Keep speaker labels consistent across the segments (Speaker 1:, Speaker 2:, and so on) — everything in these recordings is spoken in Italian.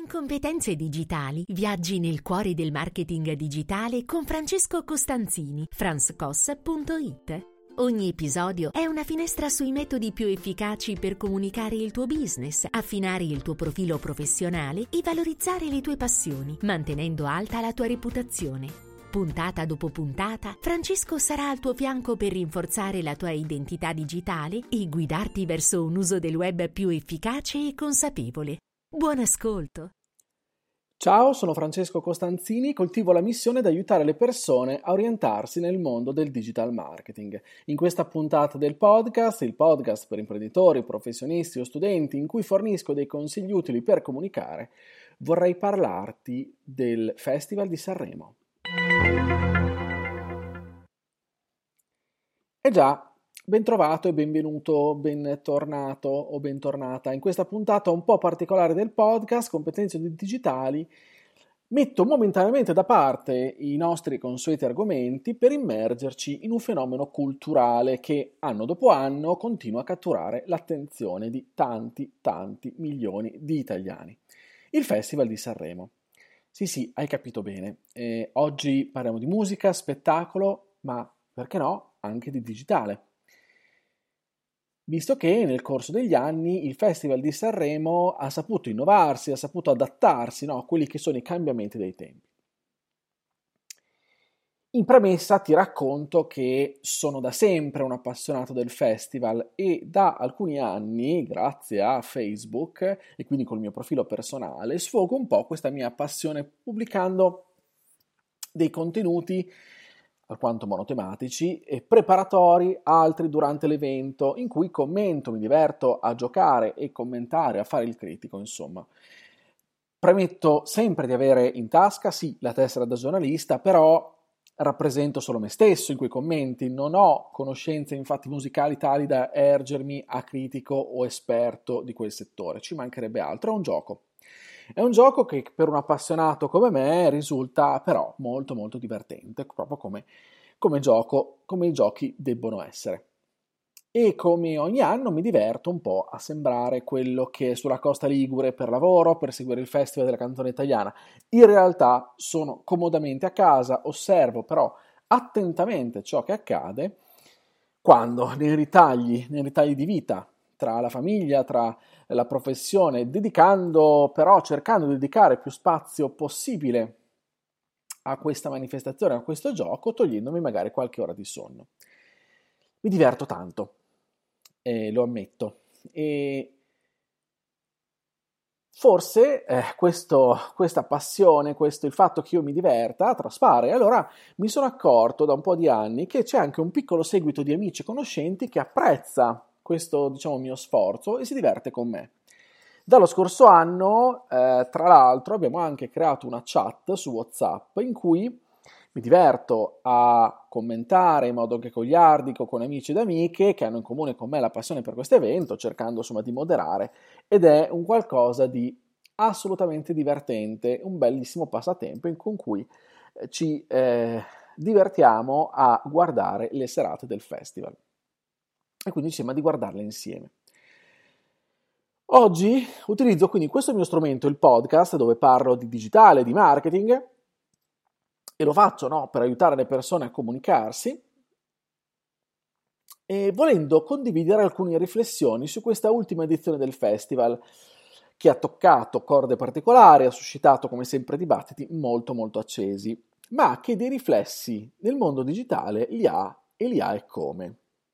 Speaker 1: competenze digitali, viaggi nel cuore del marketing digitale con Francesco Costanzini, franscos.it. Ogni episodio è una finestra sui metodi più efficaci per comunicare il tuo business, affinare il tuo profilo professionale e valorizzare le tue passioni, mantenendo alta la tua reputazione. Puntata dopo puntata, Francesco sarà al tuo fianco per rinforzare la tua identità digitale e guidarti verso un uso del web più efficace e consapevole. Buon ascolto!
Speaker 2: Ciao, sono Francesco Costanzini, coltivo la missione di aiutare le persone a orientarsi nel mondo del digital marketing. In questa puntata del podcast, il podcast per imprenditori, professionisti o studenti in cui fornisco dei consigli utili per comunicare, vorrei parlarti del Festival di Sanremo. Già, ben trovato e benvenuto, bentornato o bentornata. In questa puntata un po' particolare del podcast Competenze digitali metto momentaneamente da parte i nostri consueti argomenti per immergerci in un fenomeno culturale che anno dopo anno continua a catturare l'attenzione di tanti milioni di italiani. Il Festival di Sanremo. Sì, hai capito bene. Oggi parliamo di musica, spettacolo, ma perché no, anche di digitale. Visto che nel corso degli anni il Festival di Sanremo ha saputo innovarsi, ha saputo adattarsi, a quelli che sono i cambiamenti dei tempi. In premessa ti racconto che sono da sempre un appassionato del festival e da alcuni anni, grazie a Facebook e quindi col mio profilo personale, sfogo un po' questa mia passione pubblicando dei contenuti alquanto monotematici e preparatori, altri durante l'evento, in cui commento, mi diverto a giocare e commentare, a fare il critico, insomma. Premetto sempre di avere in tasca, sì, la tessera da giornalista, però rappresento solo me stesso in quei commenti, non ho conoscenze infatti musicali tali da ergermi a critico o esperto di quel settore, ci mancherebbe altro, è un gioco. È un gioco che per un appassionato come me risulta però molto divertente, proprio come i giochi debbono essere. E come ogni anno mi diverto un po' a sembrare quello che è sulla costa ligure per lavoro, per seguire il Festival della canzone italiana. In realtà sono comodamente a casa, osservo però attentamente ciò che accade quando nei ritagli di vita tra la famiglia, tra la professione, cercando di dedicare più spazio possibile a questa manifestazione, a questo gioco, togliendomi magari qualche ora di sonno. Mi diverto tanto, lo ammetto, e forse questa passione, il fatto che io mi diverta, traspare. Allora mi sono accorto da un po' di anni che c'è anche un piccolo seguito di amici e conoscenti che apprezza questo, mio sforzo e si diverte con me. Dallo scorso anno, tra l'altro, abbiamo anche creato una chat su WhatsApp in cui mi diverto a commentare in modo anche goliardico con amici ed amiche che hanno in comune con me la passione per questo evento, cercando insomma di moderare, ed è un qualcosa di assolutamente divertente, un bellissimo passatempo con cui ci divertiamo a guardare le serate del festival e quindi ci sembra di guardarle insieme. Oggi utilizzo quindi questo mio strumento, il podcast, dove parlo di digitale, di marketing, e lo faccio per aiutare le persone a comunicarsi, e volendo condividere alcune riflessioni su questa ultima edizione del festival, che ha toccato corde particolari, ha suscitato come sempre dibattiti molto accesi, ma che dei riflessi nel mondo digitale li ha e come.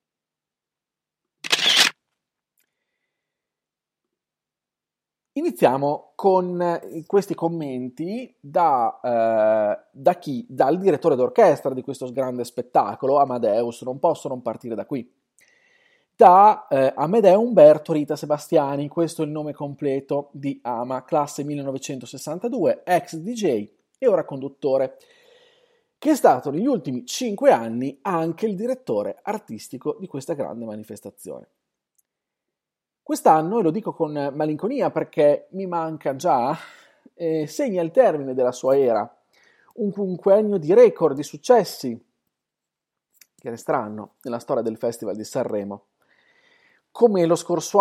Speaker 2: Iniziamo con questi commenti dal direttore d'orchestra di questo grande spettacolo, Amadeus, non posso non partire da qui. Da Amedeo Umberto Rita Sebastiani, questo è il nome completo di Ama, classe 1962, ex DJ e ora conduttore, che è stato negli ultimi 5 anni anche il direttore artistico di questa grande manifestazione. Quest'anno, e lo dico con malinconia perché mi manca già, segna il termine della sua era, un quinquennio di record, di successi che resteranno nella storia del Festival di Sanremo. come lo scorso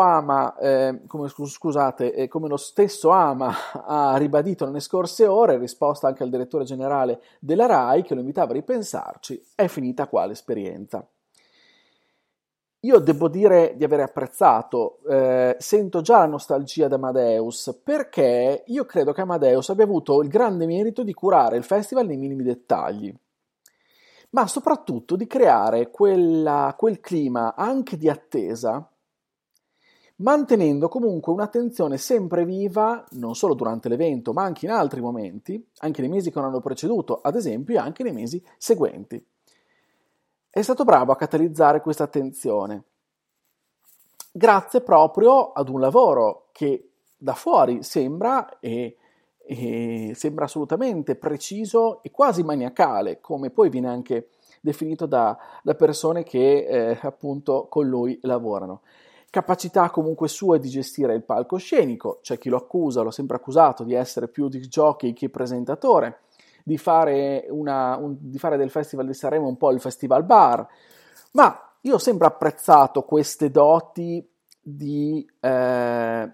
Speaker 2: come lo stesso Ama ha ribadito nelle scorse ore, in risposta anche al direttore generale della RAI, che lo invitava a ripensarci, è finita qua l'esperienza. Io devo dire di aver apprezzato, sento già la nostalgia di Amadeus, perché io credo che Amadeus abbia avuto il grande merito di curare il festival nei minimi dettagli, ma soprattutto di creare quel clima anche di attesa, mantenendo comunque un'attenzione sempre viva, non solo durante l'evento, ma anche in altri momenti, anche nei mesi che non hanno preceduto, ad esempio, e anche nei mesi seguenti. È stato bravo a catalizzare questa attenzione, grazie proprio ad un lavoro che da fuori sembra sembra assolutamente preciso e quasi maniacale, come poi viene anche definito da persone che appunto con lui lavorano. Capacità comunque sua di gestire il palcoscenico, c'è chi lo accusa, l'ho sempre accusato di essere più disc jockey che presentatore, di fare del Festival di Sanremo un po' il festival bar, ma io ho sempre apprezzato queste doti e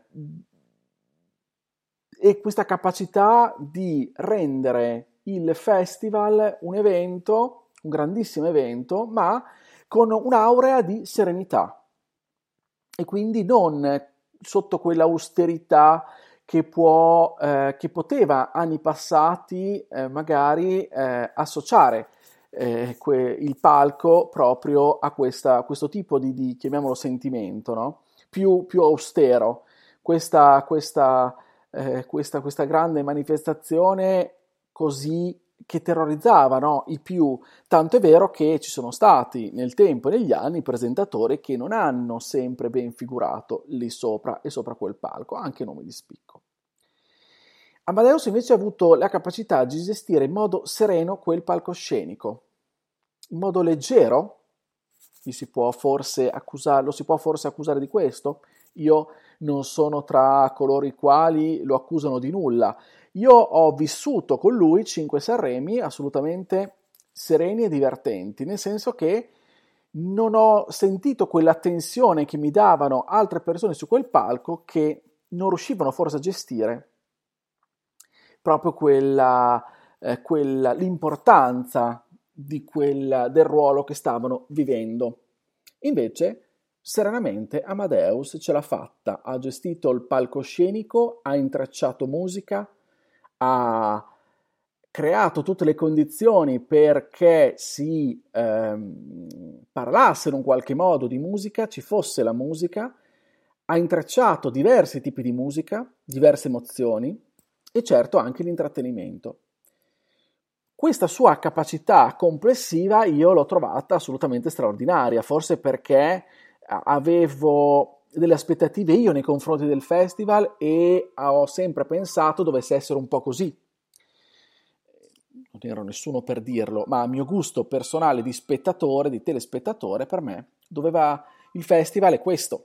Speaker 2: questa capacità di rendere il festival un evento, un grandissimo evento, ma con un'aurea di serenità e quindi non sotto quell'austerità che poteva anni passati magari associare il palco proprio a questo tipo di chiamiamolo sentimento, no? Più austero, questa grande manifestazione così che terrorizzava, no? I più, tanto è vero che ci sono stati nel tempo e negli anni presentatori che non hanno sempre ben figurato lì sopra e sopra quel palco, anche nomi di spicco. Amadeus invece ha avuto la capacità di gestire in modo sereno quel palcoscenico, in modo leggero. Lo si può forse accusare di questo? Io non sono tra coloro i quali lo accusano di nulla. Io ho vissuto con lui 5 Sanremi assolutamente sereni e divertenti, nel senso che non ho sentito quella tensione che mi davano altre persone su quel palco che non riuscivano forse a gestire proprio l'importanza del ruolo che stavano vivendo. Invece, serenamente, Amadeus ce l'ha fatta, ha gestito il palcoscenico, ha intrecciato musica, ha creato tutte le condizioni perché si parlasse in un qualche modo di musica, ci fosse la musica, ha intrecciato diversi tipi di musica, diverse emozioni e certo anche l'intrattenimento. Questa sua capacità complessiva io l'ho trovata assolutamente straordinaria, forse perché avevo delle aspettative io nei confronti del festival e ho sempre pensato dovesse essere un po' così. Non ero nessuno per dirlo, ma a mio gusto personale di spettatore, di telespettatore, per me il festival è questo.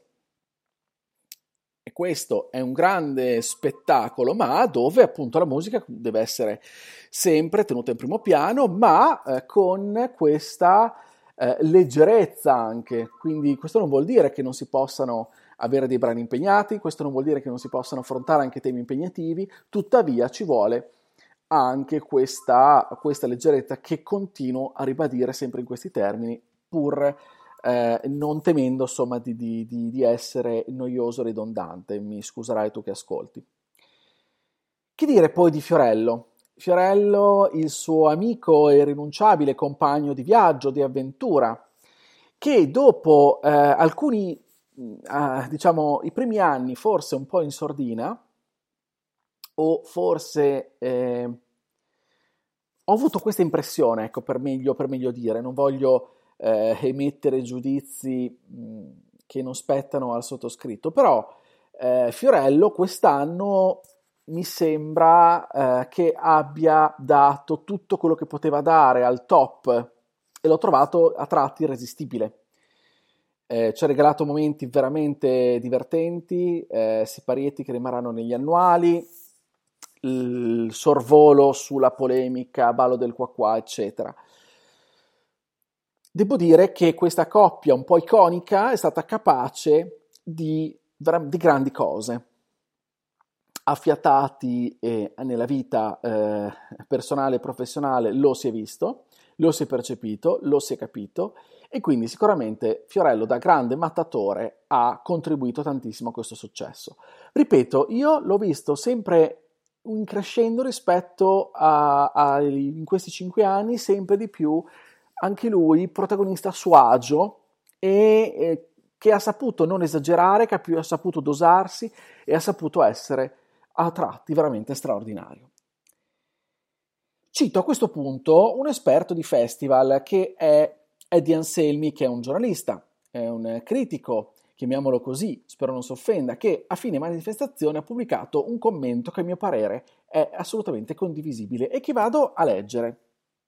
Speaker 2: E questo è un grande spettacolo, ma dove appunto la musica deve essere sempre tenuta in primo piano, ma con questa leggerezza anche. Quindi questo non vuol dire che non si possano avere dei brani impegnati, questo non vuol dire che non si possano affrontare anche temi impegnativi, tuttavia ci vuole anche questa leggerezza che continuo a ribadire sempre in questi termini, pur non temendo insomma di essere noioso o ridondante. Mi scuserai tu che ascolti. Che dire poi di Fiorello? Fiorello, il suo amico e irrinunciabile compagno di viaggio, di avventura, che dopo alcuni, diciamo, i primi anni forse un po' in sordina, o forse ho avuto questa impressione, ecco, per meglio dire, non voglio emettere giudizi che non spettano al sottoscritto, però Fiorello quest'anno mi sembra che abbia dato tutto quello che poteva dare al top e l'ho trovato a tratti irresistibile. Ci ha regalato momenti veramente divertenti, siparietti che rimarranno negli annuali, il sorvolo sulla polemica, ballo del qua qua, eccetera. Devo dire che questa coppia un po' iconica è stata capace di grandi cose. Affiatati nella vita personale e professionale lo si è visto, lo si è percepito, lo si è capito, e quindi sicuramente Fiorello da grande mattatore ha contribuito tantissimo a questo successo. Ripeto, io l'ho visto sempre in crescendo rispetto in questi 5 anni, sempre di più anche lui protagonista a suo agio e che ha saputo non esagerare, che ha saputo dosarsi e ha saputo essere a tratti veramente straordinario. Cito a questo punto un esperto di festival che è Eddie Anselmi, che è un giornalista, è un critico, chiamiamolo così, spero non si offenda, che a fine manifestazione ha pubblicato un commento che a mio parere è assolutamente condivisibile e che vado a leggere.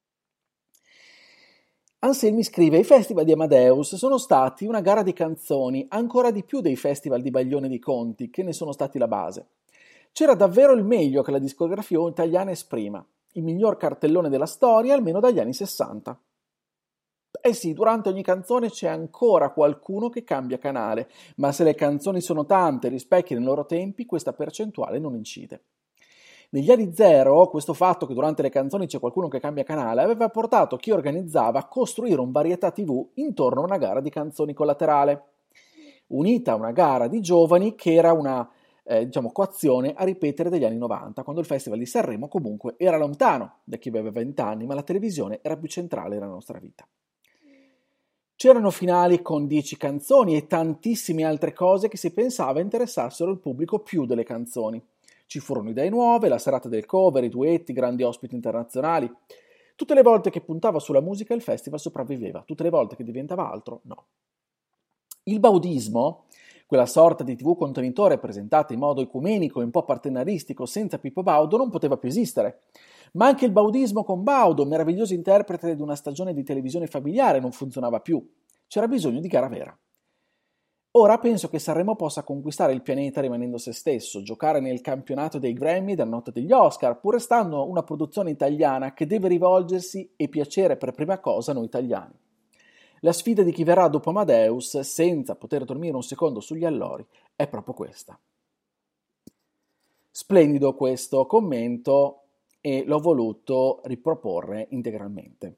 Speaker 2: Anselmi scrive: i festival di Amadeus sono stati una gara di canzoni ancora di più dei festival di Baglione e di Conti, che ne sono stati la base. C'era davvero il meglio che la discografia italiana esprima, il miglior cartellone della storia almeno dagli anni 60. Eh sì, durante ogni canzone c'è ancora qualcuno che cambia canale, ma se le canzoni sono tante e rispecchiano i loro tempi, questa percentuale non incide. Negli anni zero, questo fatto che durante le canzoni c'è qualcuno che cambia canale aveva portato chi organizzava a costruire un varietà TV intorno a una gara di canzoni collaterale, unita a una gara di giovani che era una coazione a ripetere degli anni 90, quando il Festival di Sanremo comunque era lontano da chi aveva 20 anni, ma la televisione era più centrale nella nostra vita. C'erano finali con 10 canzoni e tantissime altre cose che si pensava interessassero il pubblico più delle canzoni. Ci furono idee nuove, la serata del cover, i duetti, grandi ospiti internazionali. Tutte le volte che puntava sulla musica il festival sopravviveva, tutte le volte che diventava altro, no. Il baudismo, quella sorta di TV contenitore presentata in modo ecumenico e un po' partenaristico senza Pippo Baudo, non poteva più esistere. Ma anche il baudismo con Baudo, meraviglioso interprete di una stagione di televisione familiare, non funzionava più. C'era bisogno di gara vera. Ora penso che Sanremo possa conquistare il pianeta rimanendo se stesso, giocare nel campionato dei Grammy della notte degli Oscar, pur restando una produzione italiana che deve rivolgersi e piacere per prima cosa a noi italiani. La sfida di chi verrà dopo Amadeus, senza poter dormire un secondo sugli allori, è proprio questa. Splendido questo commento e l'ho voluto riproporre integralmente.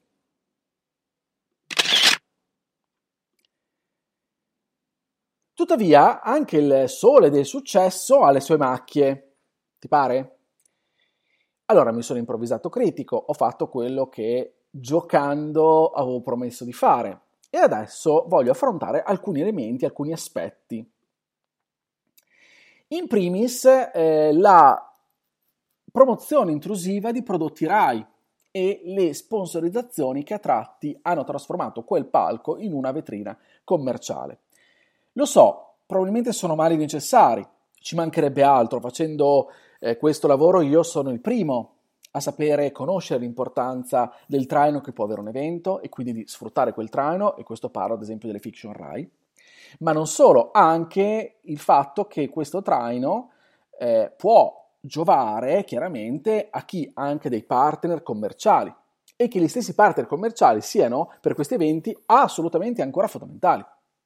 Speaker 2: Tuttavia, anche il sole del successo ha le sue macchie. Ti pare? Allora mi sono improvvisato critico, ho fatto quello che giocando avevo promesso di fare e adesso voglio affrontare alcuni elementi, alcuni aspetti. In primis, la promozione intrusiva di prodotti Rai e le sponsorizzazioni che a tratti hanno trasformato quel palco in una vetrina commerciale. Lo so, probabilmente sono mali necessari, ci mancherebbe altro, facendo questo lavoro io sono il primo a sapere e conoscere l'importanza del traino che può avere un evento e quindi di sfruttare quel traino, e questo parlo ad esempio delle fiction Rai, ma non solo, anche il fatto che questo traino può giovare chiaramente a chi ha anche dei partner commerciali e che gli stessi partner commerciali siano per questi eventi assolutamente ancora fondamentali.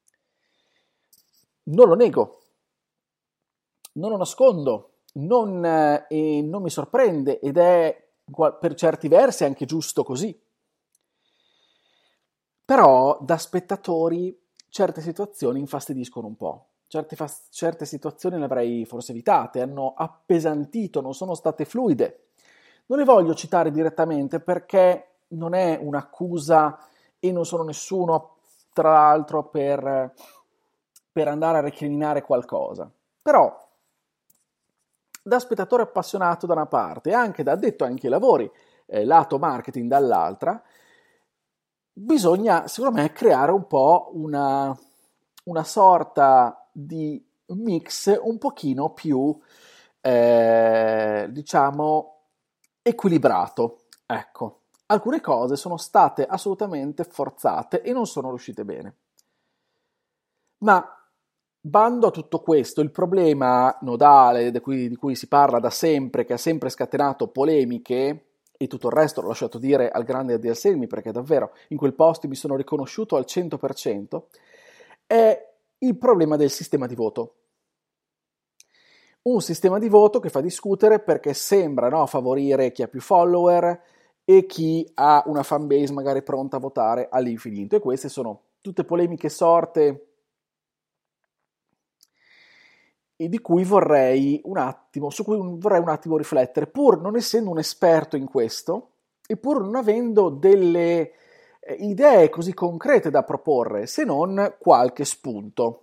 Speaker 2: Non lo nego, non lo nascondo, non mi sorprende ed è per certi versi anche giusto così. Però da spettatori certe situazioni infastidiscono un po', certe situazioni le avrei forse evitate, hanno appesantito, non sono state fluide. Non le voglio citare direttamente perché non è un'accusa e non sono nessuno, tra l'altro, per andare a recriminare qualcosa. Però, da spettatore appassionato da una parte e anche da addetto anche ai lavori, lato marketing dall'altra, bisogna, secondo me, creare un po' una sorta di mix un pochino più, equilibrato. Ecco, alcune cose sono state assolutamente forzate e non sono riuscite bene. Ma bando a tutto questo, il problema nodale di cui si parla da sempre, che ha sempre scatenato polemiche, e tutto il resto l'ho lasciato dire al grande Eddie Anselmi, perché davvero in quel post mi sono riconosciuto al 100%, è il problema del sistema di voto. Un sistema di voto che fa discutere perché sembra, no, favorire chi ha più follower e chi ha una fanbase magari pronta a votare all'infinito. E queste sono tutte polemiche sorte e di cui su cui vorrei un attimo riflettere, pur non essendo un esperto in questo e pur non avendo delle idee così concrete da proporre, se non qualche spunto.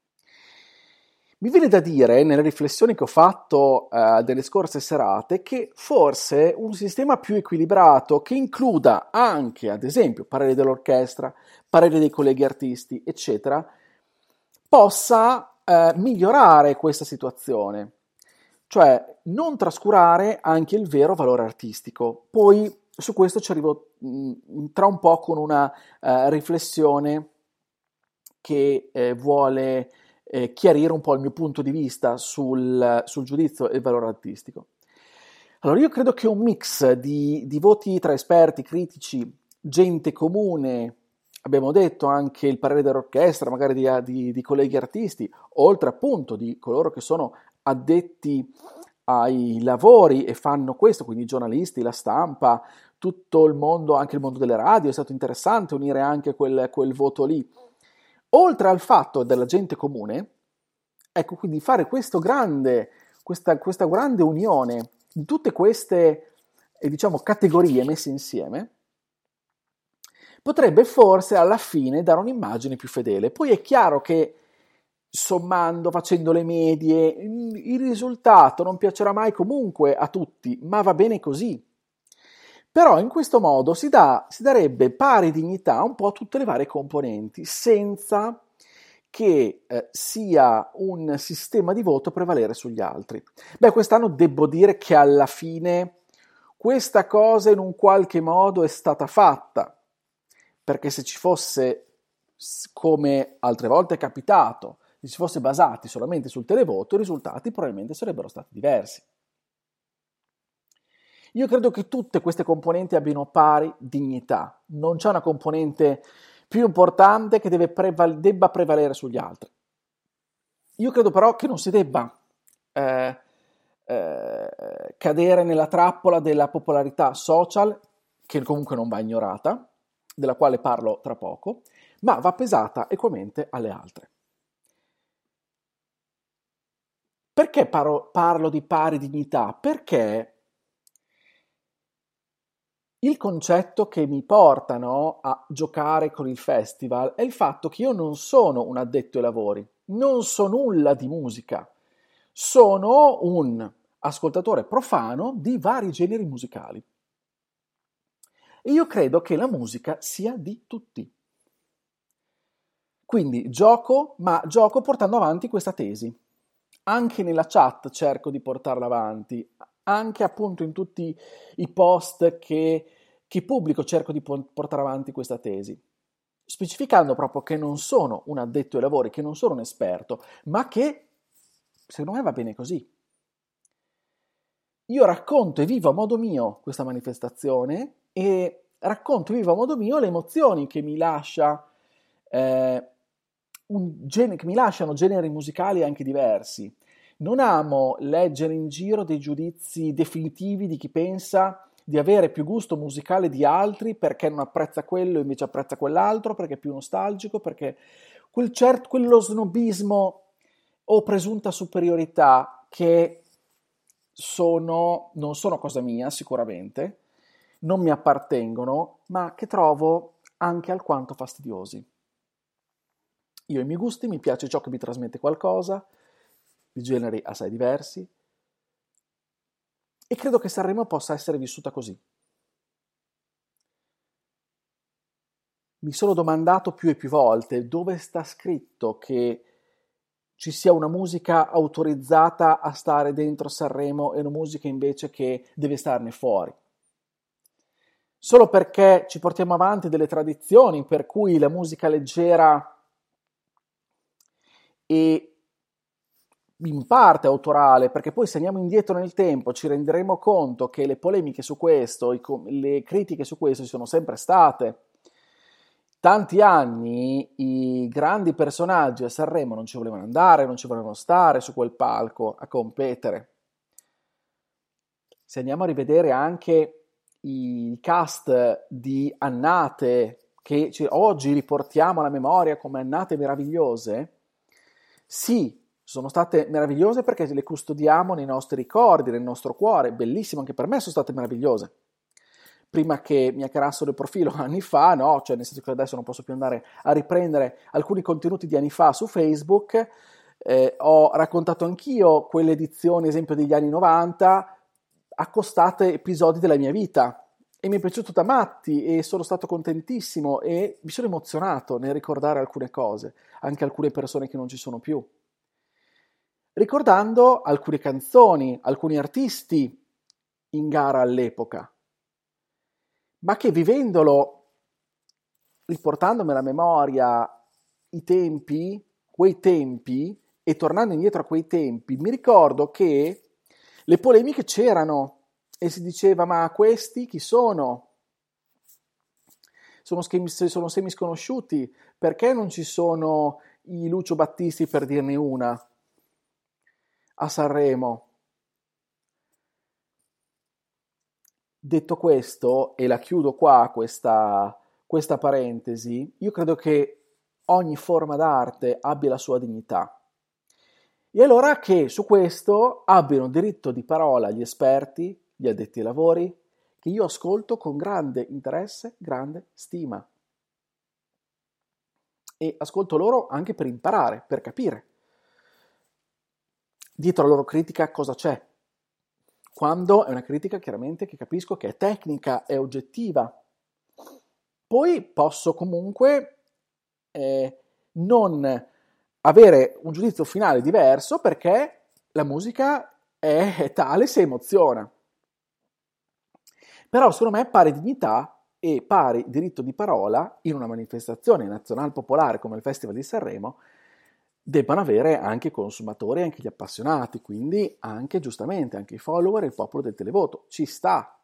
Speaker 2: Mi viene da dire, nelle riflessioni che ho fatto delle scorse serate, che forse un sistema più equilibrato, che includa anche, ad esempio, pareri dell'orchestra, pareri dei colleghi artisti, eccetera, possa migliorare questa situazione, cioè non trascurare anche il vero valore artistico. Poi su questo ci arrivo tra un po' con una riflessione che vuole chiarire un po' il mio punto di vista sul giudizio e il valore artistico. Allora, io credo che un mix di voti tra esperti, critici, gente comune, abbiamo detto anche il parere dell'orchestra, magari di colleghi artisti, oltre appunto di coloro che sono addetti ai lavori e fanno questo, quindi i giornalisti, la stampa, tutto il mondo, anche il mondo delle radio. È stato interessante unire anche quel voto lì. Oltre al fatto della gente comune, ecco, quindi fare questa grande unione di tutte queste, diciamo, categorie messe insieme, potrebbe forse alla fine dare un'immagine più fedele. Poi è chiaro che sommando, facendo le medie, il risultato non piacerà mai comunque a tutti, ma va bene così. Però in questo modo si darebbe pari dignità un po' a tutte le varie componenti, senza che sia un sistema di voto a prevalere sugli altri. Beh, quest'anno devo dire che alla fine questa cosa in un qualche modo è stata fatta, perché se ci fosse, come altre volte è capitato, se si fosse basati solamente sul televoto, i risultati probabilmente sarebbero stati diversi. Io credo che tutte queste componenti abbiano pari dignità, non c'è una componente più importante che debba prevalere sugli altri. Io credo però che non si debba cadere nella trappola della popolarità social, che comunque non va ignorata, della quale parlo tra poco, ma va pesata equamente alle altre. Perché parlo di pari dignità? Perché il concetto che mi portano a giocare con il festival è il fatto che io non sono un addetto ai lavori, non so nulla di musica, sono un ascoltatore profano di vari generi musicali. E io credo che la musica sia di tutti. Quindi gioco portando avanti questa tesi. Anche nella chat cerco di portarla avanti, anche appunto in tutti i post che pubblico cerco di portare avanti questa tesi, specificando proprio che non sono un addetto ai lavori, che non sono un esperto, ma che secondo me va bene così. Io racconto e vivo a modo mio questa manifestazione e racconto e vivo a modo mio le emozioni che mi lascia che mi lasciano generi musicali anche diversi. Non amo leggere in giro dei giudizi definitivi di chi pensa di avere più gusto musicale di altri perché non apprezza quello e invece apprezza quell'altro, perché è più nostalgico, perché quello snobismo o presunta superiorità che non sono cosa mia sicuramente, non mi appartengono, ma che trovo anche alquanto fastidiosi. Io e i miei gusti, mi piace ciò che mi trasmette qualcosa, di generi assai diversi, e credo che Sanremo possa essere vissuta così. Mi sono domandato più e più volte dove sta scritto che ci sia una musica autorizzata a stare dentro Sanremo e una musica invece che deve starne fuori. Solo perché ci portiamo avanti delle tradizioni per cui la musica leggera e in parte autorale, perché poi se andiamo indietro nel tempo ci renderemo conto che le polemiche su questo, le critiche su questo ci sono sempre state. tanti anni i grandi personaggi a Sanremo non ci volevano andare, non ci volevano stare su quel palco a competere. Se andiamo a rivedere anche i cast di annate che oggi riportiamo alla memoria come annate meravigliose, sì, sono state meravigliose perché le custodiamo nei nostri ricordi, nel nostro cuore, bellissimo, anche per me sono state meravigliose. Prima che mi hackerassero il profilo anni fa, no, cioè nel senso che adesso non posso più andare a riprendere alcuni contenuti di anni fa su Facebook, ho raccontato anch'io quelle edizioni, esempio degli anni 90, accostate episodi della mia vita e mi è piaciuto da matti e sono stato contentissimo e mi sono emozionato nel ricordare alcune cose, anche alcune persone che non ci sono più, ricordando alcune canzoni, alcuni artisti in gara all'epoca, ma che vivendolo, riportandomi alla memoria i tempi, quei tempi, e tornando indietro a quei tempi, mi ricordo che le polemiche c'erano e si diceva: ma questi chi sono? Sono semi sconosciuti, perché non ci sono i Lucio Battisti, per dirne una, a Sanremo? Detto questo, e la chiudo qua questa parentesi, io credo che ogni forma d'arte abbia la sua dignità. E allora che su questo abbiano diritto di parola gli esperti, gli addetti ai lavori, che io ascolto con grande interesse, grande stima. E ascolto loro anche per imparare, per capire. Dietro la loro critica cosa c'è? Quando è una critica chiaramente che capisco che è tecnica, è oggettiva. Poi posso comunque non avere un giudizio finale diverso perché la musica è tale se emoziona. Però secondo me pari dignità e pari diritto di parola in una manifestazione nazionale popolare come il Festival di Sanremo debbano avere anche i consumatori, anche gli appassionati, quindi anche giustamente anche i follower e il popolo del televoto. Ci sta.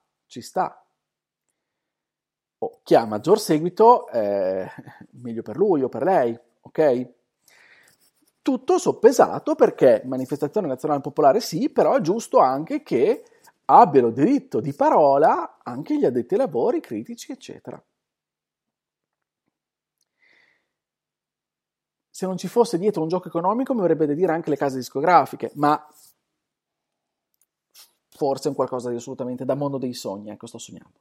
Speaker 2: Chi ha maggior seguito, meglio per lui o per lei, ok? Tutto soppesato perché manifestazione nazionale popolare sì, però è giusto anche che abbiano diritto di parola anche gli addetti ai lavori, critici, eccetera. Se non ci fosse dietro un gioco economico mi verrebbe da dire anche le case discografiche, ma forse è un qualcosa di assolutamente da mondo dei sogni, ecco, sto sognando.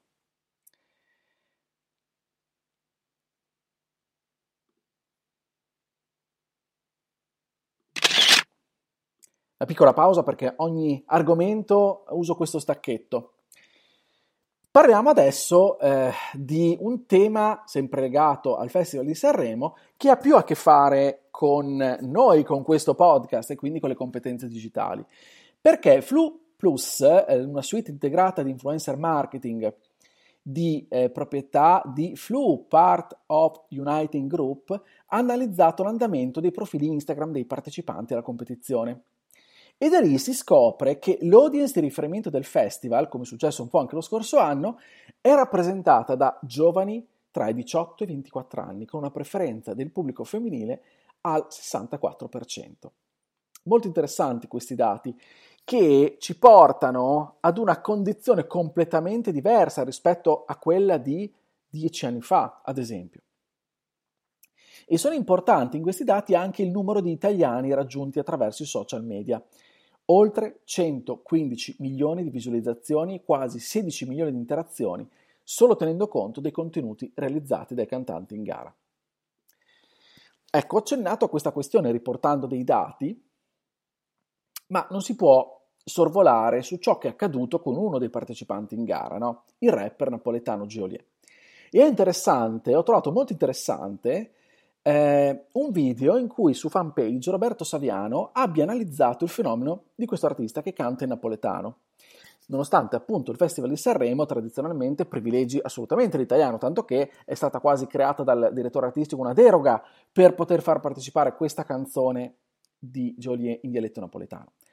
Speaker 2: Una piccola pausa perché ogni argomento uso questo stacchetto. Parliamo adesso di un tema sempre legato al Festival di Sanremo che ha più a che fare con noi, con questo podcast e quindi con le competenze digitali. Perché Flu Plus, una suite integrata di influencer marketing di proprietà di Flu, part of Uniting Group, ha analizzato l'andamento dei profili Instagram dei partecipanti alla competizione. E da lì si scopre che l'audience di riferimento del festival, come è successo un po' anche lo scorso anno, è rappresentata da giovani tra i 18 e i 24 anni, con una preferenza del pubblico femminile al 64%. Molto interessanti questi dati, che ci portano ad una condizione completamente diversa rispetto a quella di 10 anni fa, ad esempio. E sono importanti in questi dati anche il numero di italiani raggiunti attraverso i social media. Oltre 115 milioni di visualizzazioni e quasi 16 milioni di interazioni, solo tenendo conto dei contenuti realizzati dai cantanti in gara. Ecco, ho accennato a questa questione riportando dei dati, ma non si può sorvolare su ciò che è accaduto con uno dei partecipanti in gara, no? Il rapper napoletano Geolier. E è interessante, ho trovato molto interessante un video in cui su fanpage Roberto Saviano abbia analizzato il fenomeno di questo artista che canta in napoletano, nonostante appunto il Festival di Sanremo tradizionalmente privilegi assolutamente l'italiano, tanto che è stata quasi creata dal direttore artistico una deroga per poter far partecipare questa canzone di Geolier in dialetto napoletano.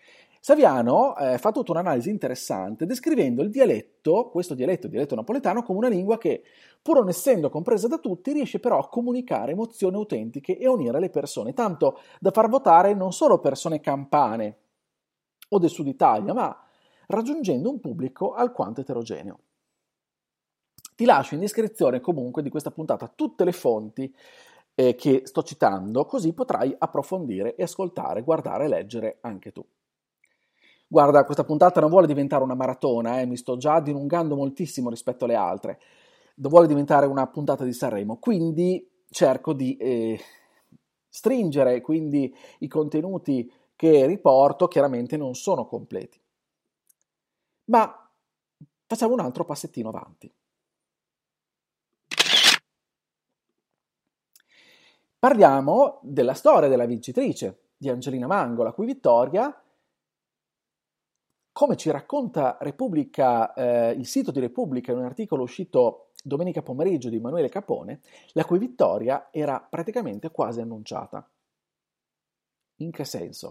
Speaker 2: Saviano fa tutta un'analisi interessante descrivendo il dialetto, questo dialetto, il dialetto napoletano, come una lingua che, pur non essendo compresa da tutti, riesce però a comunicare emozioni autentiche e a unire le persone, tanto da far votare non solo persone campane o del sud Italia, ma raggiungendo un pubblico alquanto eterogeneo. Ti lascio in descrizione comunque di questa puntata tutte le fonti che sto citando, così potrai approfondire e ascoltare, guardare e leggere anche tu. Guarda, questa puntata non vuole diventare una maratona, mi sto già dilungando moltissimo rispetto alle altre, non vuole diventare una puntata di Sanremo, quindi cerco di stringere, quindi i contenuti che riporto chiaramente non sono completi. Ma facciamo un altro passettino avanti. Parliamo della storia della vincitrice, di Angelina Mango, la cui vittoria, come ci racconta Repubblica, il sito di Repubblica in un articolo uscito domenica pomeriggio di Emanuele Capone, la cui vittoria era praticamente quasi annunciata. In che senso?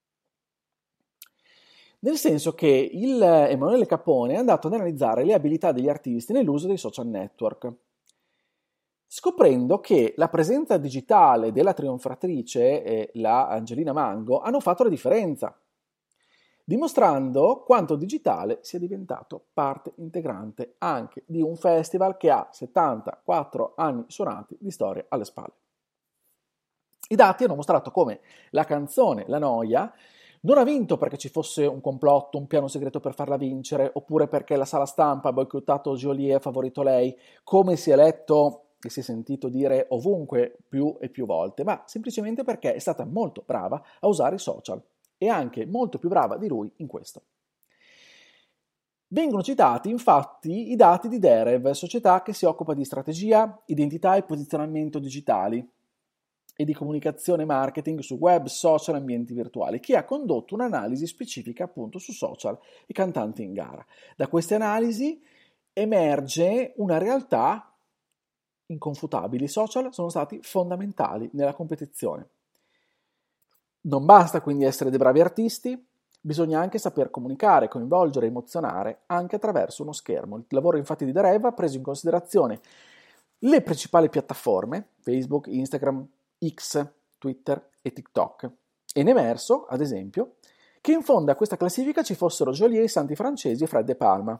Speaker 2: Nel senso che Emanuele Capone è andato ad analizzare le abilità degli artisti nell'uso dei social network, scoprendo che la presenza digitale della trionfatrice e la Angelina Mango hanno fatto la differenza, dimostrando quanto il digitale sia diventato parte integrante anche di un festival che ha 74 anni suonati di storia alle spalle. I dati hanno mostrato come la canzone La Noia non ha vinto perché ci fosse un complotto, un piano segreto per farla vincere, oppure perché la sala stampa ha boicottato Geolier e ha favorito lei, come si è letto e si è sentito dire ovunque più e più volte, ma semplicemente perché è stata molto brava a usare i social e anche molto più brava di lui in questo. Vengono citati infatti i dati di Derev, società che si occupa di strategia, identità e posizionamento digitali e di comunicazione e marketing su web, social e ambienti virtuali, che ha condotto un'analisi specifica appunto su social e cantanti in gara. Da queste analisi emerge una realtà inconfutabile: i social sono stati fondamentali nella competizione. Non basta quindi essere dei bravi artisti, bisogna anche saper comunicare, coinvolgere e emozionare anche attraverso uno schermo. Il lavoro infatti di Derev ha preso in considerazione le principali piattaforme, Facebook, Instagram, X, Twitter e TikTok, e ne è emerso, ad esempio, che in fondo a questa classifica ci fossero Geolier, Santi Francesi e Fred De Palma.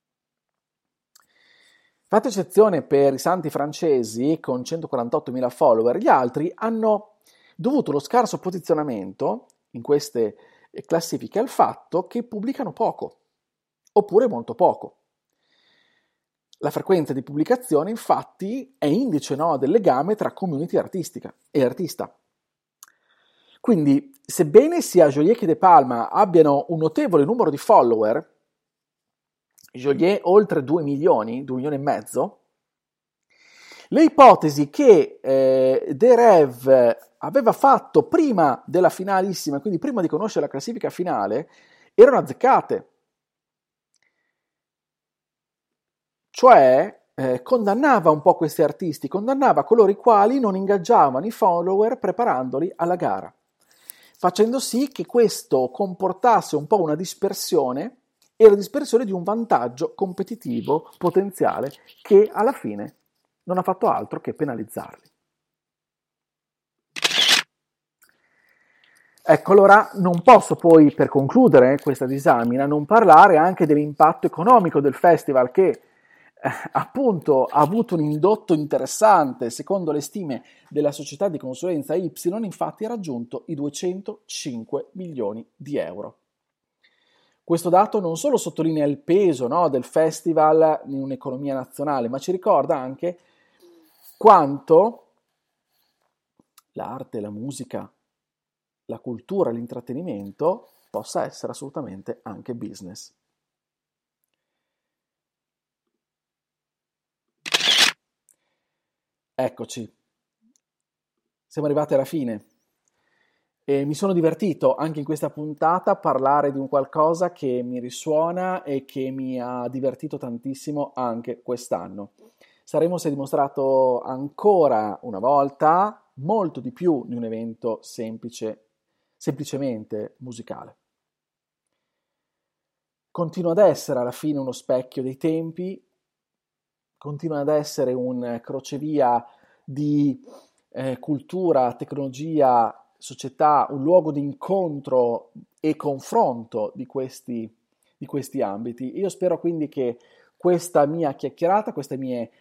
Speaker 2: Fatta eccezione per i Santi Francesi, con 148.000 follower, gli altri hanno dovuto lo scarso posizionamento in queste classifiche al fatto che pubblicano poco, oppure molto poco. La frequenza di pubblicazione, infatti, è indice del legame tra community artistica e artista. Quindi, sebbene sia Geolier che De Palma abbiano un notevole numero di follower, Geolier oltre 2 milioni, 2 milioni e mezzo, le ipotesi che Derev aveva fatto prima della finalissima, quindi prima di conoscere la classifica finale, erano azzeccate. Cioè condannava un po' questi artisti, condannava coloro i quali non ingaggiavano i follower preparandoli alla gara, facendo sì che questo comportasse un po' una dispersione e la dispersione di un vantaggio competitivo potenziale che alla fine non ha fatto altro che penalizzarli. Ecco, allora non posso poi, per concludere questa disamina, non parlare anche dell'impatto economico del festival che appunto ha avuto un indotto interessante. Secondo le stime della società di consulenza Y, infatti ha raggiunto i 205 milioni di euro. Questo dato non solo sottolinea il peso del festival in un'economia nazionale, ma ci ricorda anche quanto l'arte, la musica, la cultura, l'intrattenimento possa essere assolutamente anche business. Eccoci, siamo arrivati alla fine e mi sono divertito anche in questa puntata a parlare di un qualcosa che mi risuona e che mi ha divertito tantissimo anche quest'anno. Sanremo si è dimostrato ancora una volta molto di più di un evento semplicemente musicale. continua ad essere alla fine uno specchio dei tempi, continua ad essere un crocevia di cultura, tecnologia, società, un luogo di incontro e confronto di questi ambiti. Io spero quindi che questa mia chiacchierata, queste mie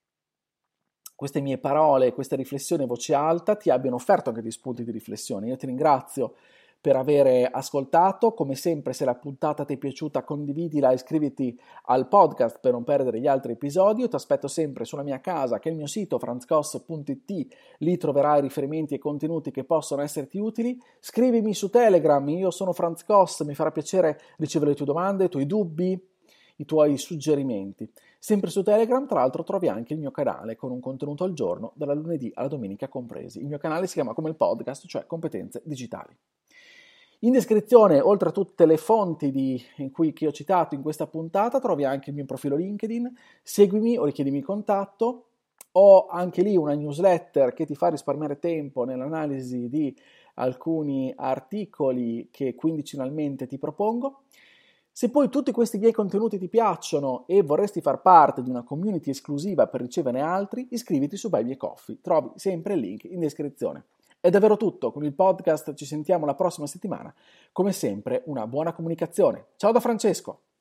Speaker 2: parole, queste riflessioni a voce alta ti abbiano offerto anche dei spunti di riflessione. Io ti ringrazio per aver ascoltato. Come sempre, se la puntata ti è piaciuta, condividila e iscriviti al podcast per non perdere gli altri episodi. Io ti aspetto sempre sulla mia casa, che è il mio sito franzcos.it. Lì troverai riferimenti e contenuti che possono esserti utili. Scrivimi su Telegram, io sono Franz Cos, mi farà piacere ricevere le tue domande, i tuoi dubbi, i tuoi suggerimenti. Sempre su Telegram, tra l'altro, trovi anche il mio canale con un contenuto al giorno, dalla lunedì alla domenica compresi. Il mio canale si chiama come il podcast, cioè Competenze Digitali. In descrizione, oltre a tutte le fonti che ho citato in questa puntata, trovi anche il mio profilo LinkedIn. Seguimi o richiedimi contatto. Ho anche lì una newsletter che ti fa risparmiare tempo nell'analisi di alcuni articoli che quindicinalmente ti propongo. Se poi tutti questi miei contenuti ti piacciono e vorresti far parte di una community esclusiva per riceverne altri, iscriviti su Buy Me a Coffee. Trovi sempre il link in descrizione. È davvero tutto, con il podcast ci sentiamo la prossima settimana. Come sempre, una buona comunicazione. Ciao da Francesco!